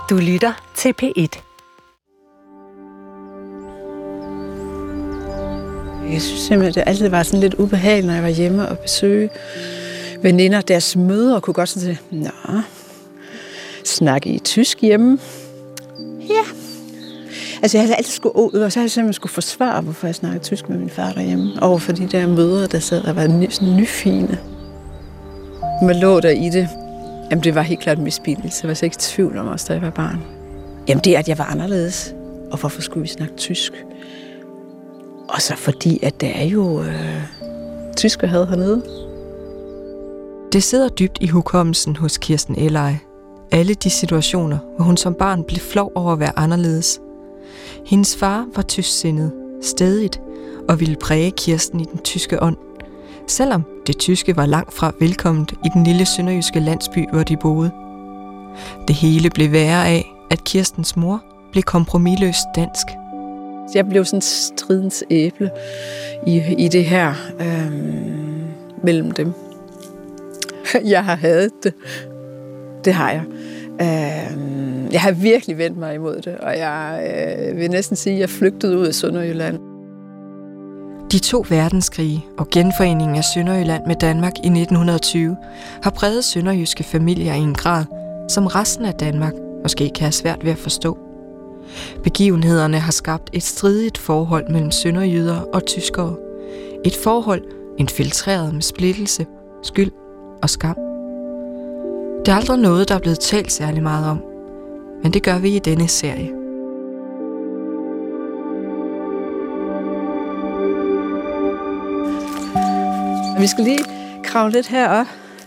Du lytter til P1. Jeg synes simpelthen, at det altid var sådan lidt ubehageligt, når jeg var hjemme og besøge veninder. Deres mødre kunne godt sådan sige, snakke i tysk hjemme. Ja. Altså jeg havde altid skulle ud, og så havde jeg simpelthen skulle forsvare, hvorfor jeg snakkede tysk med min far derhjemme. Overfor de der mødre, der sad og var sådan nyfine. Man lå der i det. Jamen det var helt klart en misbilligelse. Jeg var slet ikke i tvivl om os, da jeg var barn. Jamen det er, at jeg var anderledes. Og hvorfor skulle vi snakke tysk? Og så fordi, at der er jo tysk, jeg havde hernede. Det sidder dybt i hukommelsen hos Kirsten Elleje. Alle de situationer, hvor hun som barn blev flov over at være anderledes. Hendes far var tysksindet, stædigt, og ville præge Kirsten i den tyske ånd. Selvom det tyske var langt fra velkomment i den lille sønderjyske landsby, hvor de boede. Det hele blev værre af, at Kirstens mor blev kompromisløst dansk. Jeg blev sådan stridens æble i det her mellem dem. Jeg har hadet det. Det har jeg. Jeg har virkelig vendt mig imod det, og jeg vil næsten sige, at jeg flygtede ud af Sønderjylland. De 2 verdenskrige og genforeningen af Sønderjylland med Danmark i 1920 har præget sønderjyske familier i en grad, som resten af Danmark måske kan have svært ved at forstå. Begivenhederne har skabt et stridigt forhold mellem sønderjyder og tyskere. Et forhold infiltreret med splittelse, skyld og skam. Det er aldrig noget, der er blevet talt særlig meget om, men det gør vi i denne serie. Vi skal lige kravle lidt herop.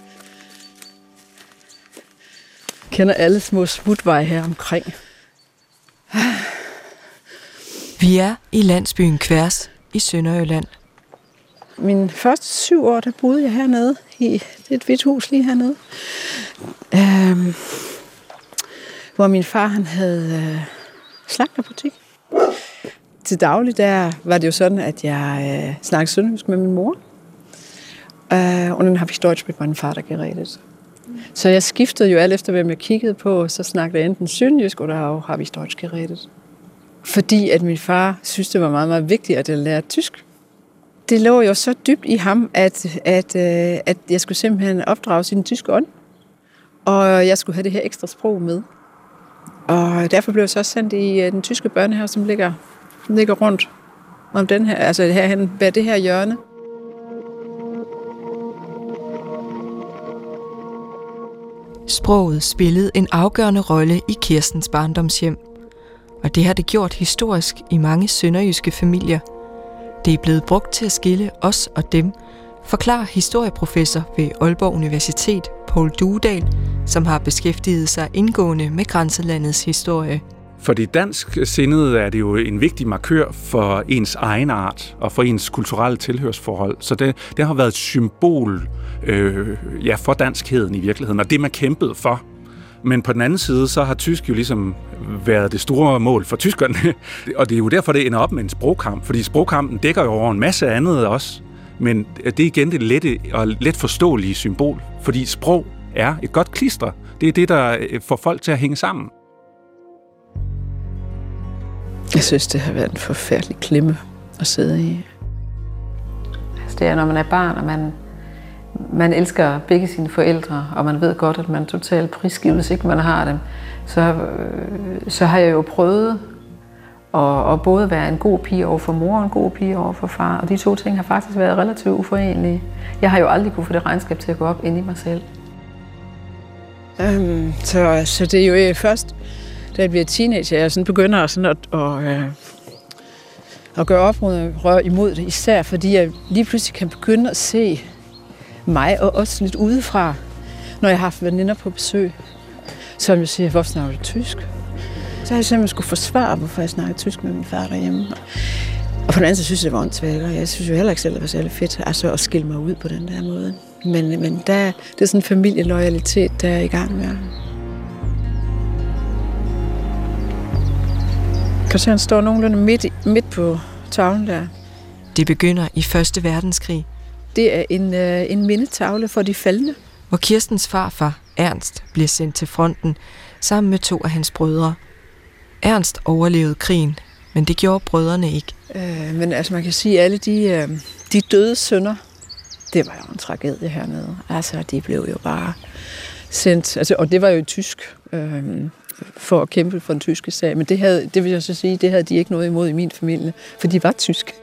Jeg kender alle små smutveje her omkring. Vi er i landsbyen Kværs i Sønderjylland. Mine første 7 år, der boede jeg hernede. Det er et hvidt hus lige hernede. Hvor min far han havde slagterbutik. Til daglig der var det jo sådan, at jeg snakkede sønderjysk med min mor. Og den har vi Deutsch mit meinem Vater geredet. Så jeg skiftede jo alt efter, hvem jeg kiggede på, så snakkede jeg enten sønderjysk, eller har vi Deutsch geredet. Fordi at min far synes, det var meget, meget vigtigt, at jeg lærte tysk. Det lå jo så dybt i ham, at jeg skulle simpelthen opdrages i den tyske ånd. Og jeg skulle have det her ekstra sprog med. Og derfor blev jeg så sendt i den tyske børnehave, som ligger rundt om den her, altså herhen bag det her hjørne. Sproget spillede en afgørende rolle i Kirstens barndomshjem. Og det har det gjort historisk i mange sønderjyske familier. Det er blevet brugt til at skille os og dem, forklarer historieprofessor ved Aalborg Universitet, Poul Duedal, som har beskæftiget sig indgående med grænselandets historie. For de dansksindede er det jo en vigtig markør for ens egen art og for ens kulturelle tilhørsforhold. Så det har været et symbol for danskheden i virkeligheden, og det man kæmpede for. Men på den anden side, så har tysk jo ligesom været det store mål for tyskerne. Og det er jo derfor, det ender op med en sprogkamp. Fordi sprogkampen dækker jo over en masse andet også. Men det er igen det lette og let forståelige symbol. Fordi sprog er et godt klister. Det er det, der får folk til at hænge sammen. Jeg synes, det har været en forfærdelig klemme at sidde i. Altså det er, når man er barn, og man elsker begge sine forældre, og man ved godt, at man totalt prisgiver, hvis ikke man har dem, så har jeg jo prøvet at både være en god pige over for mor og en god pige over for far, og de 2 ting har faktisk været relativt uforenelige. Jeg har jo aldrig kunne få det regnskab til at gå op inde i mig selv. Så det er jo først, da jeg bliver teenager, jeg sådan begynder sådan at gøre oprør imod det, især fordi jeg lige pludselig kan begynde at se mig og også lidt udefra, når jeg har haft veninder på besøg, som jeg siger, hvorfor snakker du tysk? Så har jeg simpelthen skulle forsvare, hvorfor jeg snakker tysk med min far derhjemme. Og på den anden side synes jeg, det var åndssvagt, og jeg synes jo heller ikke selv, det var særlig fedt at skille mig ud på den der måde. Men det er sådan en familieloyalitet, der er i gang med. Kan du se, han står nogenlunde midt på tavlen der. Det begynder i 1. verdenskrig. Det er en mindetavle for de faldne. Hvor Kirstens farfar, Ernst, bliver sendt til fronten sammen med 2 af hans brødre. Ernst overlevede krigen, men det gjorde brødrene ikke. Men altså man kan sige, at alle de døde sønner, det var jo en tragedie hernede. Altså de blev jo bare sendt, altså, og det var jo tysk for at kæmpe for den tyske sag. Men det vil jeg så sige, det havde de ikke noget imod i min familie, for de var tysk.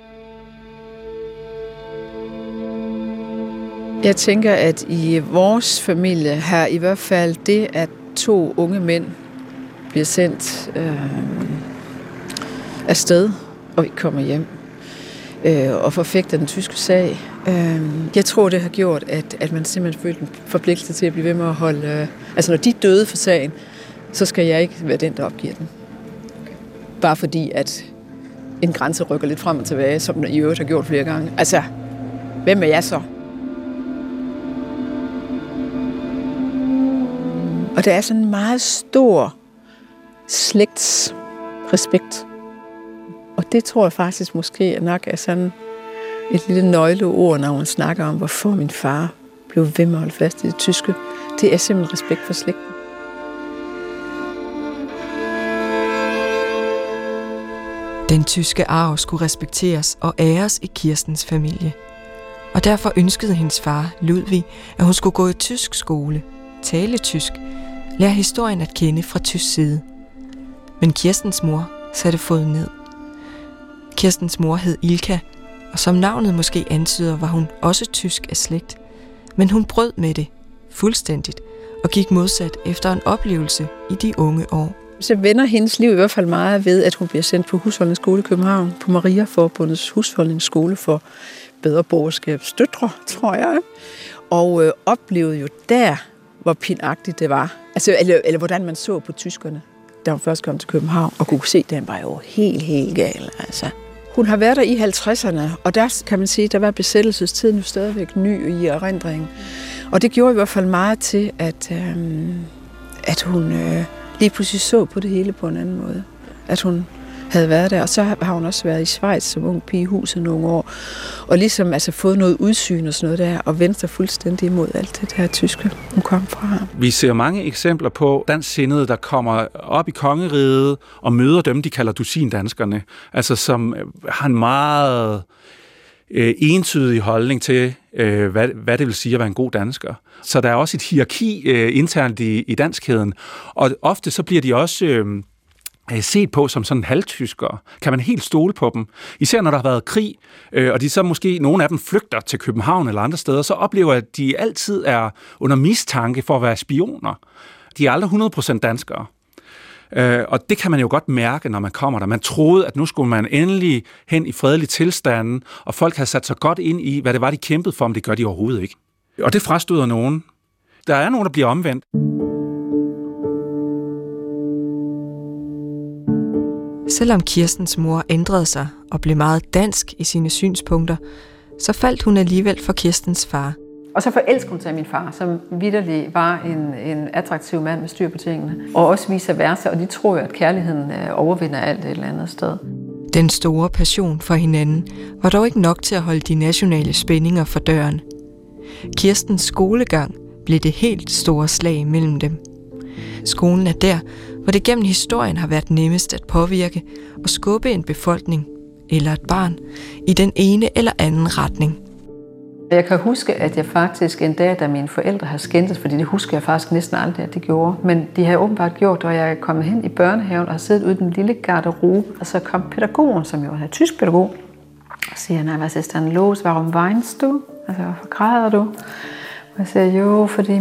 Jeg tænker, at i vores familie her i hvert fald det, at 2 unge mænd bliver sendt afsted og ikke kommer hjem og forfægter den tyske sag. Jeg tror, det har gjort, at man simpelthen følte en forpligtelse til at blive ved med at holde... altså når de døde for sagen, så skal jeg ikke være den, der opgiver den. Okay. Bare fordi, at en grænse rykker lidt frem og tilbage, som den i øvrigt har gjort flere gange. Altså, hvem er jeg så? Og der er sådan en meget stor slægtsrespekt. Og det tror jeg faktisk måske nok er sådan et lille nøgleord, når man snakker om, hvorfor min far blev ved med at holde fast i det tyske. Det er simpelthen respekt for slægten. Den tyske arv skulle respekteres og æres i Kirstens familie. Og derfor ønskede hendes far, Ludvig, at hun skulle gå i tysk skole, tale tysk, lære historien at kende fra tysk side. Men Kirstens mor satte foden ned. Kirstens mor hed Ilka, og som navnet måske antyder, var hun også tysk af slægt. Men hun brød med det, fuldstændigt, og gik modsat efter en oplevelse i de unge år. Så vender hendes liv i hvert fald meget ved, at hun bliver sendt på husholdningsskole i København, på Maria-forbundets husholdningsskole for bedre borgerskabsdøtre, tror jeg. Og oplevede jo der, hvor pinagtigt det var. Altså, eller hvordan man så på tyskerne, da hun først kom til København, og kunne se, at den var jo helt gal. Altså. Hun har været der i 50'erne, og der kan man sige, at der var besættelsestiden jo stadigvæk ny i erindringen. Og det gjorde i hvert fald meget til, at hun lige pludselig så på det hele på en anden måde. At hun havde været der, og så har hun også været i Schweiz som ung pige i huset nogle år, og ligesom altså fået noget udsyn og sådan noget der, og vendte sig fuldstændig imod alt det der tyske, hun kom fra. Vi ser mange eksempler på dansksindede, der kommer op i kongeriget og møder dem, de kalder dusindanskerne, altså som har en meget entydig holdning til, hvad det vil sige at være en god dansker. Så der er også et hierarki internt i danskheden, og ofte så bliver de også set på som sådan halvtyskere. Kan man helt stole på dem? Især når der har været krig, og de så måske, nogle af dem flygter til København eller andre steder, så oplever jeg, at de altid er under mistanke for at være spioner. De er aldrig 100% danskere. Og det kan man jo godt mærke, når man kommer der. Man troede, at nu skulle man endelig hen i fredelig tilstanden, og folk havde sat sig godt ind i, hvad det var, de kæmpede for, men det gør de overhovedet ikke. Og det frastøder nogen. Der er nogen, der bliver omvendt. Selvom Kirstens mor ændrede sig og blev meget dansk i sine synspunkter, så faldt hun alligevel for Kirstens far. Og så forelskede hun sig af min far, som vitterlig var en attraktiv mand med styr på tingene. Og også vice versa, og de tror jo, at kærligheden overvinder alt et eller andet sted. Den store passion for hinanden var dog ikke nok til at holde de nationale spændinger for døren. Kirstens skolegang blev det helt store slag mellem dem. Skolen er der, hvor det gennem historien har været nemmest at påvirke og skubbe en befolkning eller et barn i den ene eller anden retning. Jeg kan huske, at jeg faktisk en dag, da mine forældre har skændtes, fordi det husker jeg faktisk næsten aldrig, at de gjorde, men de har åbenbart gjort, da jeg er kommet hen i børnehaven og har siddet ude i den lille garderobe, og så kom pædagogen, som jo er tysk pædagog, og siger, nej, hvad er det los, warum weinst du? Altså, hvorfor græder du? Og jeg siger, jo, fordi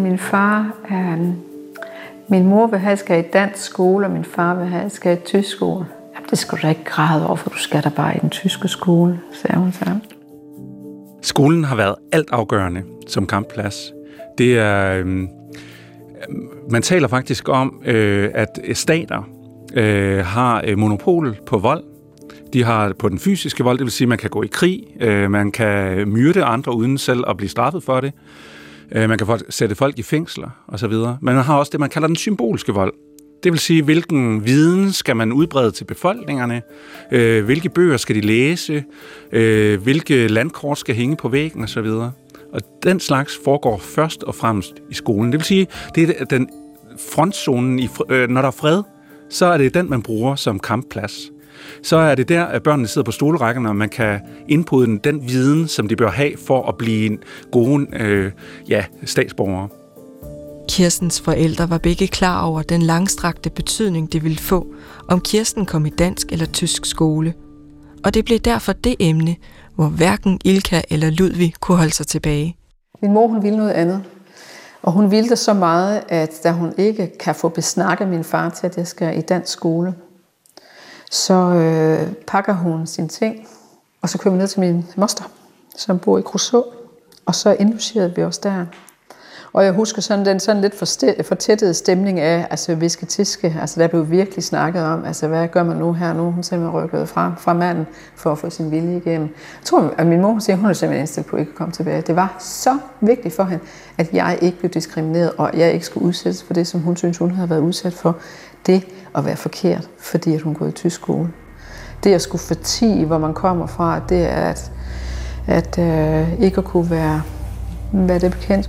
min mor vil have, at jeg skal i dansk skole, og min far vil have, at jeg skal i tysk skole. Jamen, det skal du da ikke græde over, for du skal da bare i den tyske skole, sagde hun så. Skolen har været altafgørende som kampplads. Det er, man taler faktisk om, at stater har monopol på vold. De har på den fysiske vold, det vil sige, at man kan gå i krig, man kan myrde andre uden selv at blive straffet for det. Man kan sætte folk i fængsler osv. Men man har også det, man kalder den symbolske vold. Det vil sige, hvilken viden skal man udbrede til befolkningerne, hvilke bøger skal de læse, hvilke landkort skal hænge på væggen osv. Og den slags foregår først og fremmest i skolen. Det vil sige, det er den frontzonen, når der er fred, så er det den, man bruger som kampplads. Så er det der, at børnene sidder på stolerækkerne, og man kan indpude den viden, som de bør have for at blive gode statsborgere. Kirstens forældre var begge klar over den langstrakte betydning, det ville få, om Kirsten kom i dansk eller tysk skole. Og det blev derfor det emne, hvor hverken Ilka eller Ludvig kunne holde sig tilbage. Min mor, hun ville noget andet. Og hun ville det så meget, at da hun ikke kan få besnakket min far til, at jeg skal i dansk skole, så pakker hun sine ting, og så kører vi ned til min moster, som bor i Kruså, og så indlogerede vi os der. Og jeg husker sådan lidt fortættede stemning af, altså visketiske, altså der blev virkelig snakket om, altså hvad gør man nu her nu? Hun simpelthen rykket fra manden for at få sin vilje igennem. Jeg tror, at min mor siger, hun er simpelthen indstillet på at ikke komme tilbage. Det var så vigtigt for hende, at jeg ikke blev diskrimineret, og jeg ikke skulle udsættes for det, som hun synes, hun havde været udsat for. Det at være forkert, fordi at hun går i tysk skole. Det at skulle fortie, hvor man kommer fra, det er at ikke at kunne være det bekendt.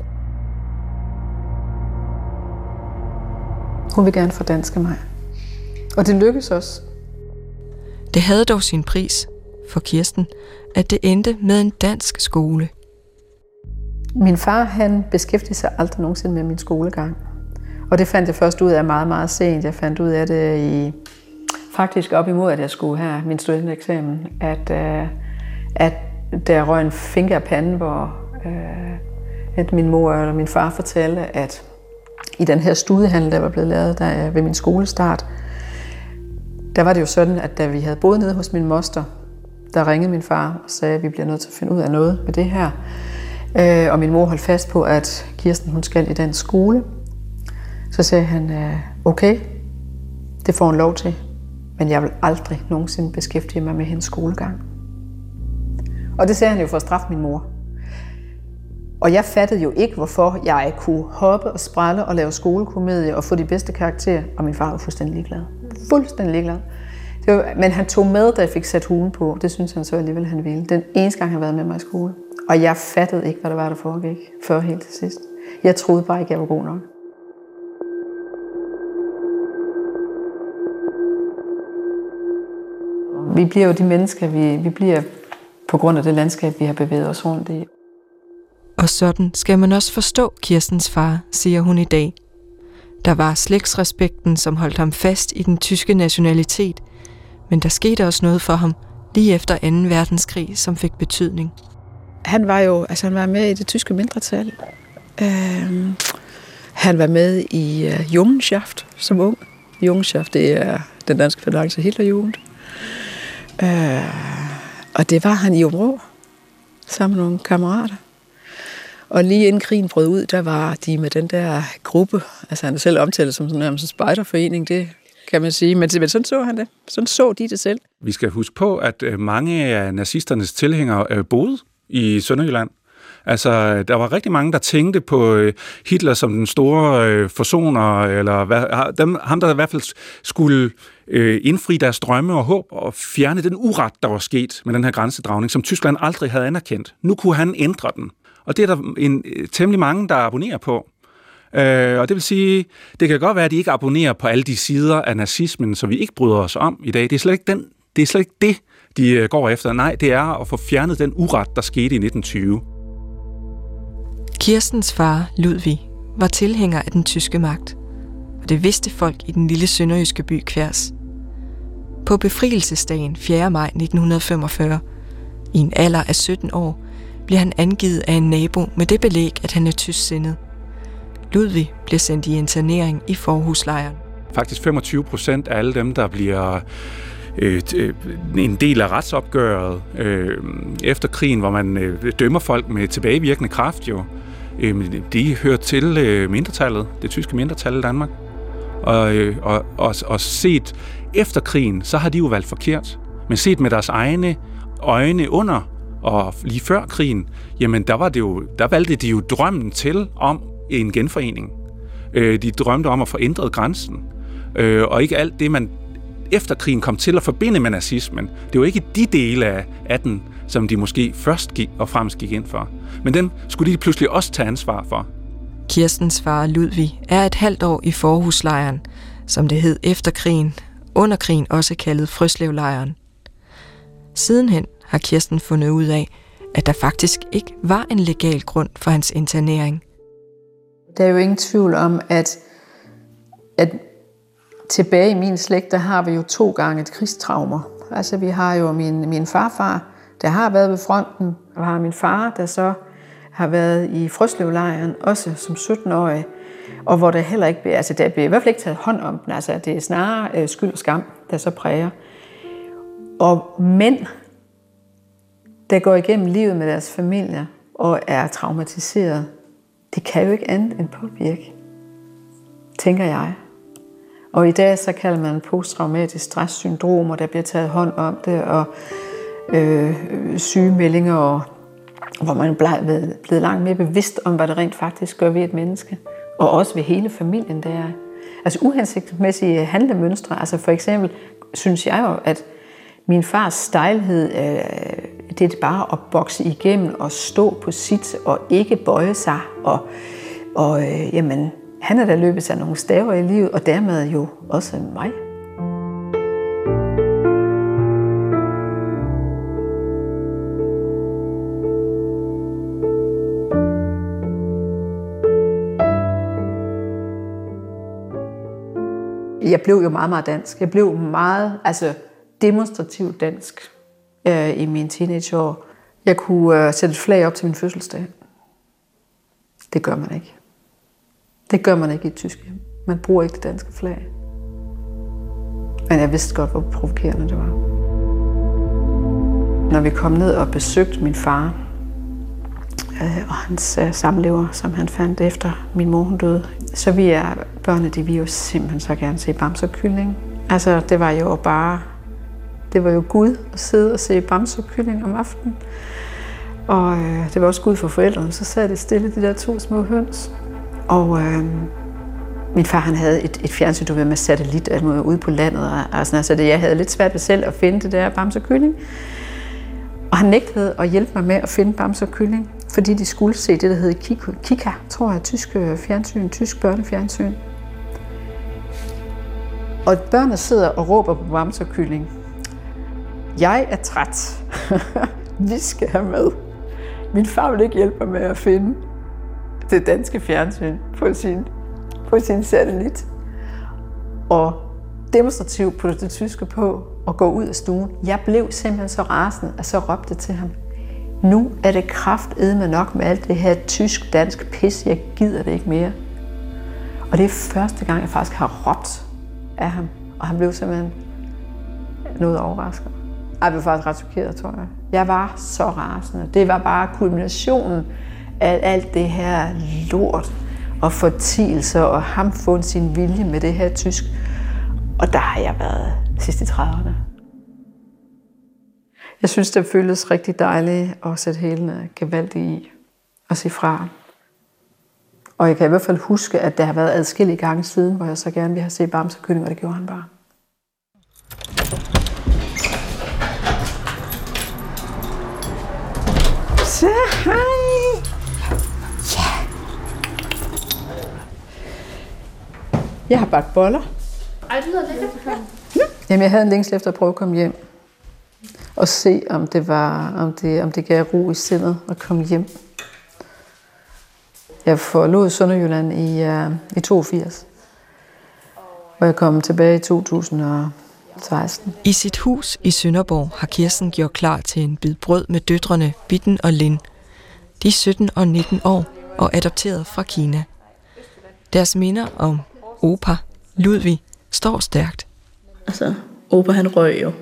Hun vil gerne fordanske mig. Og det lykkedes også. Det havde dog sin pris for Kirsten, at det endte med en dansk skole. Min far, han beskæftigede sig aldrig nogensinde med min skolegang. Og det fandt jeg først ud af meget, meget sent. Jeg fandt ud af det faktisk op imod, at jeg skulle have min studentereksamen. At der røg en finger af panden, hvor at min mor eller min far fortalte, at i den her studehandel, der var blevet lavet ved min skolestart, der var det jo sådan, at da vi havde boet nede hos min moster, der ringede min far og sagde, at vi bliver nødt til at finde ud af noget med det her. Og min mor holdt fast på, at Kirsten, hun skal i den skole. Så sagde han, okay, det får hun lov til, men jeg vil aldrig nogensinde beskæftige mig med hendes skolegang. Og det sagde han jo for at straffe min mor. Og jeg fattede jo ikke, hvorfor jeg kunne hoppe og sprælle og lave skolekomedie og få de bedste karakterer, og min far var fuldstændig ligeglad. Fuldstændig ligeglad. Men han tog med, da jeg fik sat hugen på. Det synes han så alligevel, han ville. Den eneste gang, han havde været med mig i skole. Og jeg fattede ikke, hvad det var, der foregik, før helt til sidst. Jeg troede bare ikke, jeg var god nok. Vi bliver jo de mennesker, vi bliver på grund af det landskab, vi har bevæget os rundt i. Og sådan skal man også forstå Kirstens far, siger hun i dag. Der var slægtsrespekten, som holdt ham fast i den tyske nationalitet, men der skete også noget for ham lige efter 2. verdenskrig, som fik betydning. Han var med i det tyske mindretal. Han var med i Jungenschaft som ung. Jungenschaft, det er den danske forlangelse Hitlerjugend. Og det var han i Områ, sammen med nogle kammerater. Og lige inden krigen brød ud, der var de med den der gruppe, altså han er selv omtalt som sådan en spejderforening, det kan man sige, men sådan så han det. Sådan så de det selv. Vi skal huske på, at mange af nazisternes tilhængere boede i Sønderjylland. Altså, der var rigtig mange, der tænkte på Hitler som den store forsoner, eller ham, der i hvert fald skulle indfri deres drømme og håb og fjerne den uret, der var sket med den her grænsedragning, som Tyskland aldrig havde anerkendt. Nu kunne han ændre den. Og det er der temmelig mange, der abonnerer på. Og det vil sige, det kan godt være, at de ikke abonnerer på alle de sider af nazismen, som vi ikke bryder os om i dag. Det er slet ikke det, de går efter. Nej, det er at få fjernet den uret, der skete i 1920. Kirstens far, Ludvig, var tilhænger af den tyske magt, og det vidste folk i den lille sønderjyske by Kværs. På befrielsesdagen 4. maj 1945, i en alder af 17 år, bliver han angivet af en nabo med det belæg, at han er tysksindet. Ludvig bliver sendt i internering i Forhuslejren. Faktisk 25% af alle dem, der bliver en del af retsopgøret efter krigen, hvor man dømmer folk med tilbagevirkende kraft, jo, de hører til mindretallet, det tyske mindretal i Danmark. Og set efter krigen, så har de jo valgt forkert. Men set med deres egne øjne under og lige før krigen, jamen der valgte de jo drømmen til om en genforening. De drømte om at få ændret grænsen. Og ikke alt det, man efterkrigen kom til at forbinde med nazismen. Det var ikke de dele af den, som de måske først gik og fremmest gik ind for. Men dem skulle de pludselig også tage ansvar for. Kirstens far Ludvig er et halvt år i Forhuslejren, som det hed efter krigen, under krigen også kaldet Frøslevlejren. Sidenhen har Kirsten fundet ud af, at der faktisk ikke var en legal grund for hans internering. Der er jo ingen tvivl om, at tilbage i min slægt, der har vi jo 2 gange et krigstraumer. Altså vi har jo min farfar, der har været ved fronten, og har min far, der så har været i Frøslevlejren, også som 17-årig, og hvor der heller ikke bliver, altså der bliver i hvert fald ikke taget hånd om den, altså det er snarere skyld og skam, der så præger. Og mænd, der går igennem livet med deres familier og er traumatiseret, det kan jo ikke andet end påvirke, tænker jeg. Og i dag så kalder man posttraumatisk stresssyndrom, og der bliver taget hånd om det, og sygemeldinger, og hvor man er blevet langt mere bevidst om, hvad det rent faktisk gør ved et menneske. Og også ved hele familien der. Altså uhensigtsmæssige handlemønstre. Altså for eksempel synes jeg jo, at min fars stejlhed, det er bare at bokse igennem og stå på sit og ikke bøje sig. Og jamen, han er der løbet sig nogle staver i livet, og dermed jo også mig. Jeg blev jo meget, meget dansk. Jeg blev meget demonstrativt dansk i mine teenageår. Jeg kunne sætte et flag op til min fødselsdag. Det gør man ikke. Det gør man ikke i et tysk hjem. Man bruger ikke det danske flag. Men jeg vidste godt, hvor provokerende det var. Når vi kom ned og besøgte min far og hans samlever, som han fandt efter min mor hun døde, så vi er børnene, de vil jo simpelthen så gerne se Bamse og Kylling. Altså, det var jo Gud at sidde og se Bamse og Kylling om aftenen. Og det var også Gud for forældrene. Så sad det stille, de der 2 små høns. Og min far, han havde et fjernsyn, du ved, med satellit, ude på landet. Og sådan, altså, jeg havde lidt svært ved selv at finde det der Bamse og Kylling. Og han nægtede at hjælpe mig med at finde Bamse og Kylling, fordi de skulle se det, der hed Kika, tror jeg, tysk børnefjernsyn. Og børnene sidder og råber på Bamse og Kylling. Jeg er træt. Vi skal have med. Min far vil ikke hjælpe mig med at finde det danske fjernsyn på sin satellit. Og demonstrativt putte det tyske på og gå ud af stuen. Jeg blev simpelthen så rasende, at så råbte til ham. Nu er det kraftedme nok med alt det her tysk-dansk pis. Jeg gider det ikke mere. Og det er første gang, jeg faktisk har råbt af ham. Og han blev simpelthen noget overrasket. Jeg blev faktisk ret chokeret, tror jeg. Jeg var så rasende. Det var bare kulminationen af alt det her lort og fortielser og ham fundet sin vilje med det her tysk. Og der har jeg været sidst i 30'erne. Jeg synes, det føles rigtig dejligt at sætte hælene gevaldigt i og sige fra. Og jeg kan i hvert fald huske, at der har været adskillige gange siden, hvor jeg så gerne ville have set Bamse og Kylling, og det gjorde han bare. Så hej! Ja. Jeg har bagt boller. Ej, det lyder lækkert. Ja. Jamen, jeg havde en længsel efter at prøve at komme hjem. Og se, om det gav ro i sindet at komme hjem. Jeg forlod Sønderjylland i 82. Og jeg kom tilbage i 2016. I sit hus i Sønderborg har Kirsten gjort klar til en bid brød med døtrene Bitten og Linn. De er 17 og 19 år og adopteret fra Kina. Deres minder om opa, Ludvig, står stærkt. Altså, opa han røg jo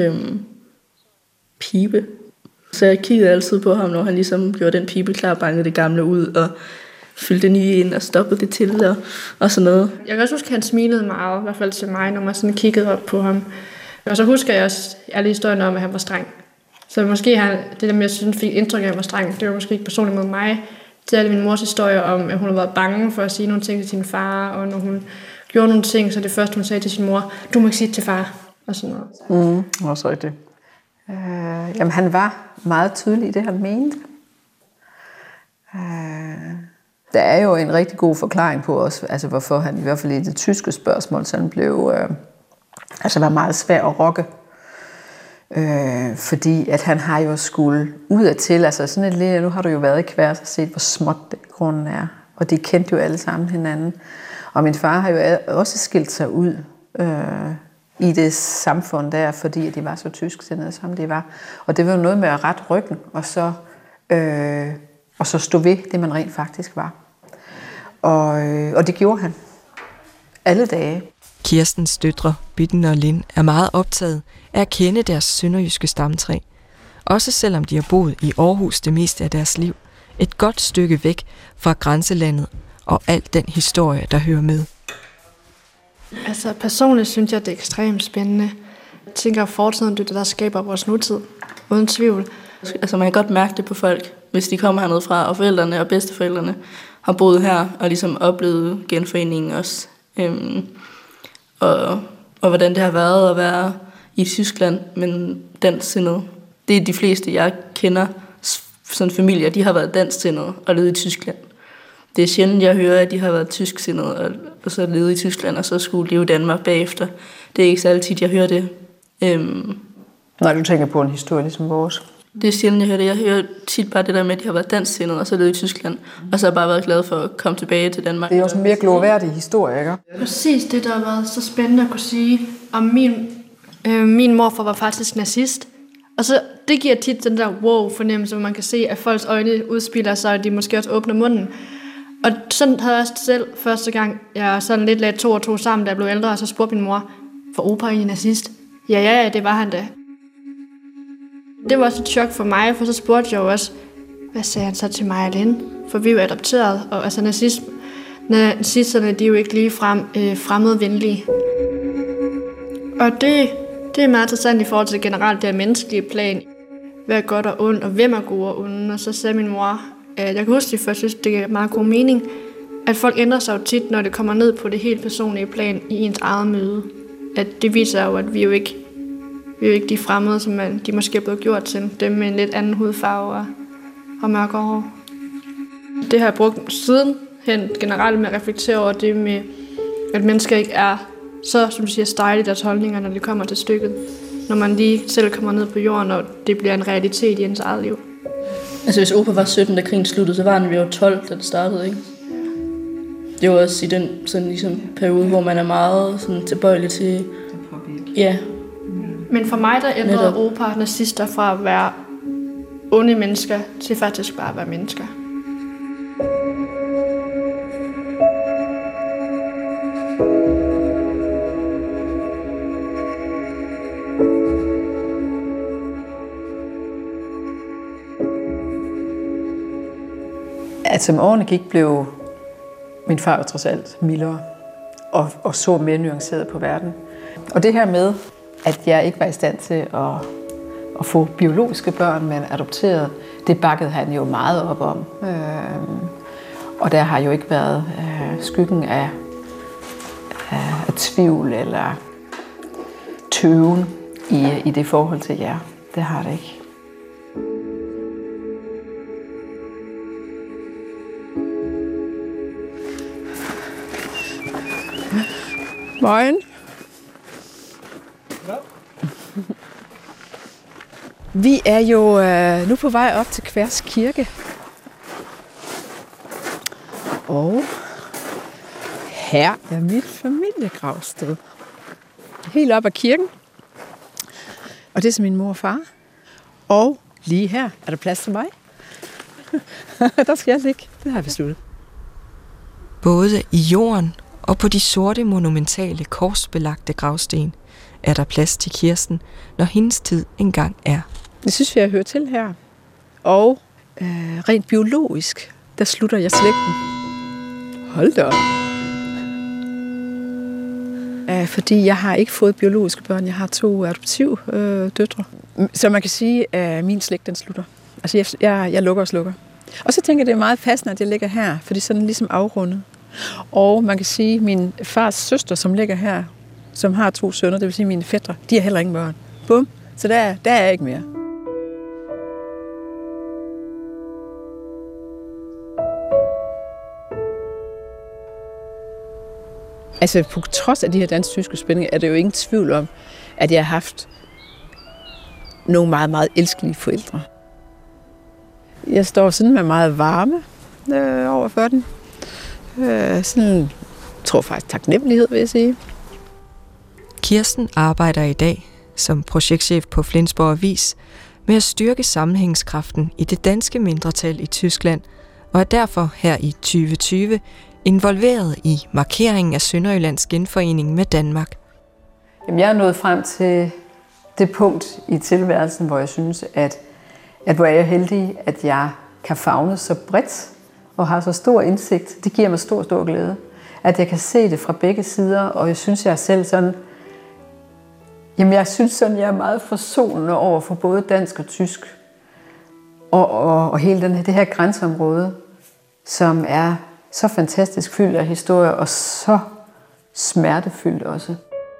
pibe. Så jeg kiggede altid på ham, når han ligesom gjorde den pibe klar, bankede det gamle ud og fyldte det nye ind og stoppede det til og sådan noget. Jeg kan også huske, at han smilede meget, i hvert fald til mig, når man sådan kiggede op på ham. Og så husker jeg også alle historien om, at han var streng. Så måske det der med, at jeg fik indtryk af, at han var streng, det var måske ikke personligt mod mig. Til alle min mors historie om, at hun havde været bange for at sige nogle ting til sin far, og når hun gjorde nogle ting, så det første, hun sagde til sin mor, du må ikke sige det til far. og sådan noget. Også rigtigt. Jamen, han var meget tydelig i det, han mente. Der er jo en rigtig god forklaring på også, altså hvorfor han i hvert fald i det tyske spørgsmål, så han blev, var meget svær at rokke. Fordi at han har jo skulle udadtil, altså sådan et lille, nu har du jo været i Kværs og set, hvor småt det i grunden er. Og de kendte jo alle sammen hinanden. Og min far har jo også skilt sig ud i det samfund der, fordi de var så tysksindede, som de var. Og det var jo noget med at rette ryggen, og så stå ved det, man rent faktisk var. Og det gjorde han. Alle dage. Kirstens døtre, Bitten og Linn, er meget optaget af at kende deres sønderjyske stamtræ. Også selvom de har boet i Aarhus det meste af deres liv. Et godt stykke væk fra grænselandet og alt den historie, der hører med. Altså personligt synes jeg, det er ekstremt spændende. Jeg tænker, at fortiden det der skaber vores nutid. Uden tvivl. Altså man kan godt mærke det på folk, hvis de kommer hernede fra, og forældrene og bedsteforældrene har boet her og ligesom oplevet genforeningen også. Og hvordan det har været at være i Tyskland, men dansksindet. Det er de fleste, jeg kender, sådan familier, de har været dansksindede og levet i Tyskland. Det er sjældent, jeg hører, at de har været tysksindede og så levet i Tyskland, og så skulle leve i Danmark bagefter. Det er ikke så altid, jeg hører det. Nej, du tænker på en historie ligesom vores. Det er sjældent, jeg hører det. Jeg hører tit bare det der med, at de har været dansksindede og så levet i Tyskland, og så har bare været glade for at komme tilbage til Danmark. Det er også en mere glorværdig historie, ikke? Præcis det, der har været så spændende at kunne sige. Og min morfar var faktisk nazist. Og så det giver tit den der wow-fornemmelse, hvor man kan se, at folks øjne udspiller sig, og de måske også åbner munden. Og sådan havde jeg også selv første gang, jeg sådan lidt lagde 2 og 2 sammen, da jeg blev ældre, og så spurgte min mor, for Opa er nazist? Ja, det var han da. Det var også et chok for mig, for så spurgte jeg jo også, hvad sagde han så til mig og Linn? For vi er jo adopteret, og altså nazisterne, de er jo ikke ligefrem fremmedvenlige. Og det er meget interessant i forhold til generelt det her menneskelige plan. Hvad er godt og ondt, og hvem er gode og onde? Og så sagde min mor, at jeg kan huske det, for jeg synes, det er meget god mening, at folk ændrer sig jo tit, når det kommer ned på det helt personlige plan i ens eget møde. At det viser jo, at vi er jo ikke de fremmede, som de måske er blevet gjort til. Dem med en lidt anden hudfarve og mørkere hår. Det har jeg brugt sidenhen generelt med at reflektere over det med, at mennesker ikke er så, som du siger, stejle i deres holdninger, når det kommer til stykket. Når man lige selv kommer ned på jorden, og det bliver en realitet i ens eget liv. Altså hvis Opa var 17, da krigen sluttede, så var han jo 12, da det startede, ikke? Det var også i den sådan ligesom periode, hvor man er meget sådan tilbøjelig til... Ja. Men for mig, der ændrede Opa nazister fra at være onde mennesker, til faktisk bare at være mennesker. At som årene gik, blev min far jo trods alt mildere og så mere nuanceret på verden. Og det her med, at jeg ikke var i stand til at få biologiske børn, men adopteret, det bakkede han jo meget op om. Og der har jo ikke været skyggen af tvivl eller tøven i det forhold til jer. Det har det ikke. Morgen. Vi er jo nu på vej op til Kværs Kirke. Og her er mit familiegravsted. Helt op ad kirken. Og det er så min mor og far. Og lige her er der plads til mig. Der skal jeg ligge. Det har jeg besluttet. Både i jorden og på de sorte, monumentale, korsbelagte gravsten er der plads til Kirsten, når hendes tid engang er. Det synes vi, jeg hører til her. Og rent biologisk, der slutter jeg slægten. Hold da op. Fordi jeg har ikke fået biologiske børn. Jeg har 2 adoptive døtre. Så man kan sige, at min slægt, den slutter. Altså, jeg lukker og slukker. Og så tænker jeg, det er meget passende, at jeg ligger her, fordi sådan ligesom afrundet. Og man kan sige, at min fars søster, som ligger her, som har 2 sønner, det vil sige mine fætre, de har heller ingen børn. Bum. Så der er jeg ikke mere. Altså på trods af de her dansk-tyske spændinger, er det jo ingen tvivl om, at jeg har haft nogle meget, meget elskelige forældre. Jeg står sådan med meget varme over for den. Sådan, tror faktisk taknemmelighed, vil jeg sige. Kirsten arbejder i dag som projektchef på Flensborg Avis med at styrke sammenhængskraften i det danske mindretal i Tyskland, og er derfor her i 2020 involveret i markeringen af Sønderjyllands genforening med Danmark. Jamen, jeg er nået frem til det punkt i tilværelsen, hvor jeg synes, at hvor jeg er heldig, at jeg kan favne så bredt og har så stor indsigt. Det giver mig stor, stor glæde. At jeg kan se det fra begge sider, og jeg synes, jeg er selv sådan... Jamen, jeg synes sådan, jeg er meget forsonende over for både dansk og tysk. Og hele det her grænseområde, som er så fantastisk fyldt af historie, og så smertefyldt også.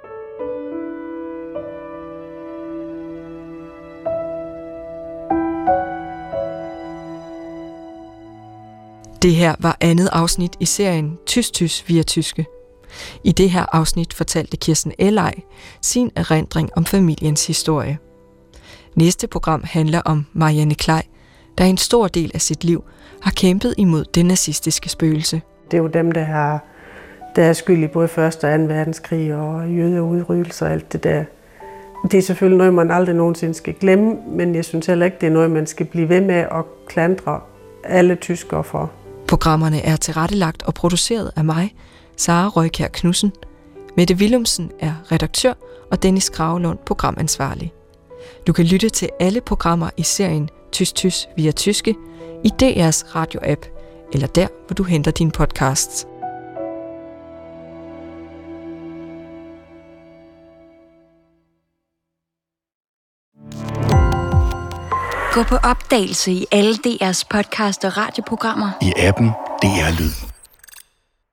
Det her var andet afsnit i serien Tys via tyske. I det her afsnit fortalte Kirsten Elleij sin erindring om familiens historie. Næste program handler om Marianne Klej, der i en stor del af sit liv har kæmpet imod det nazistiske spøgelse. Det er jo dem, der er skyld i både 1. og 2. verdenskrig og jødeudryddelse og alt det der. Det er selvfølgelig noget, man aldrig nogensinde skal glemme, men jeg synes heller ikke, det er noget, man skal blive ved med at klandre alle tyskere for. Programmerne er tilrettelagt og produceret af mig, Sara Røykjær Knudsen. Mette Willumsen er redaktør, og Dennis Gravelund programansvarlig. Du kan lytte til alle programmer i serien Tys via tyske i DR's radio-app, eller der, hvor du henter dine podcasts. Gå på opdagelse i alle DR's podcast og radioprogrammer. I appen DR Lyd.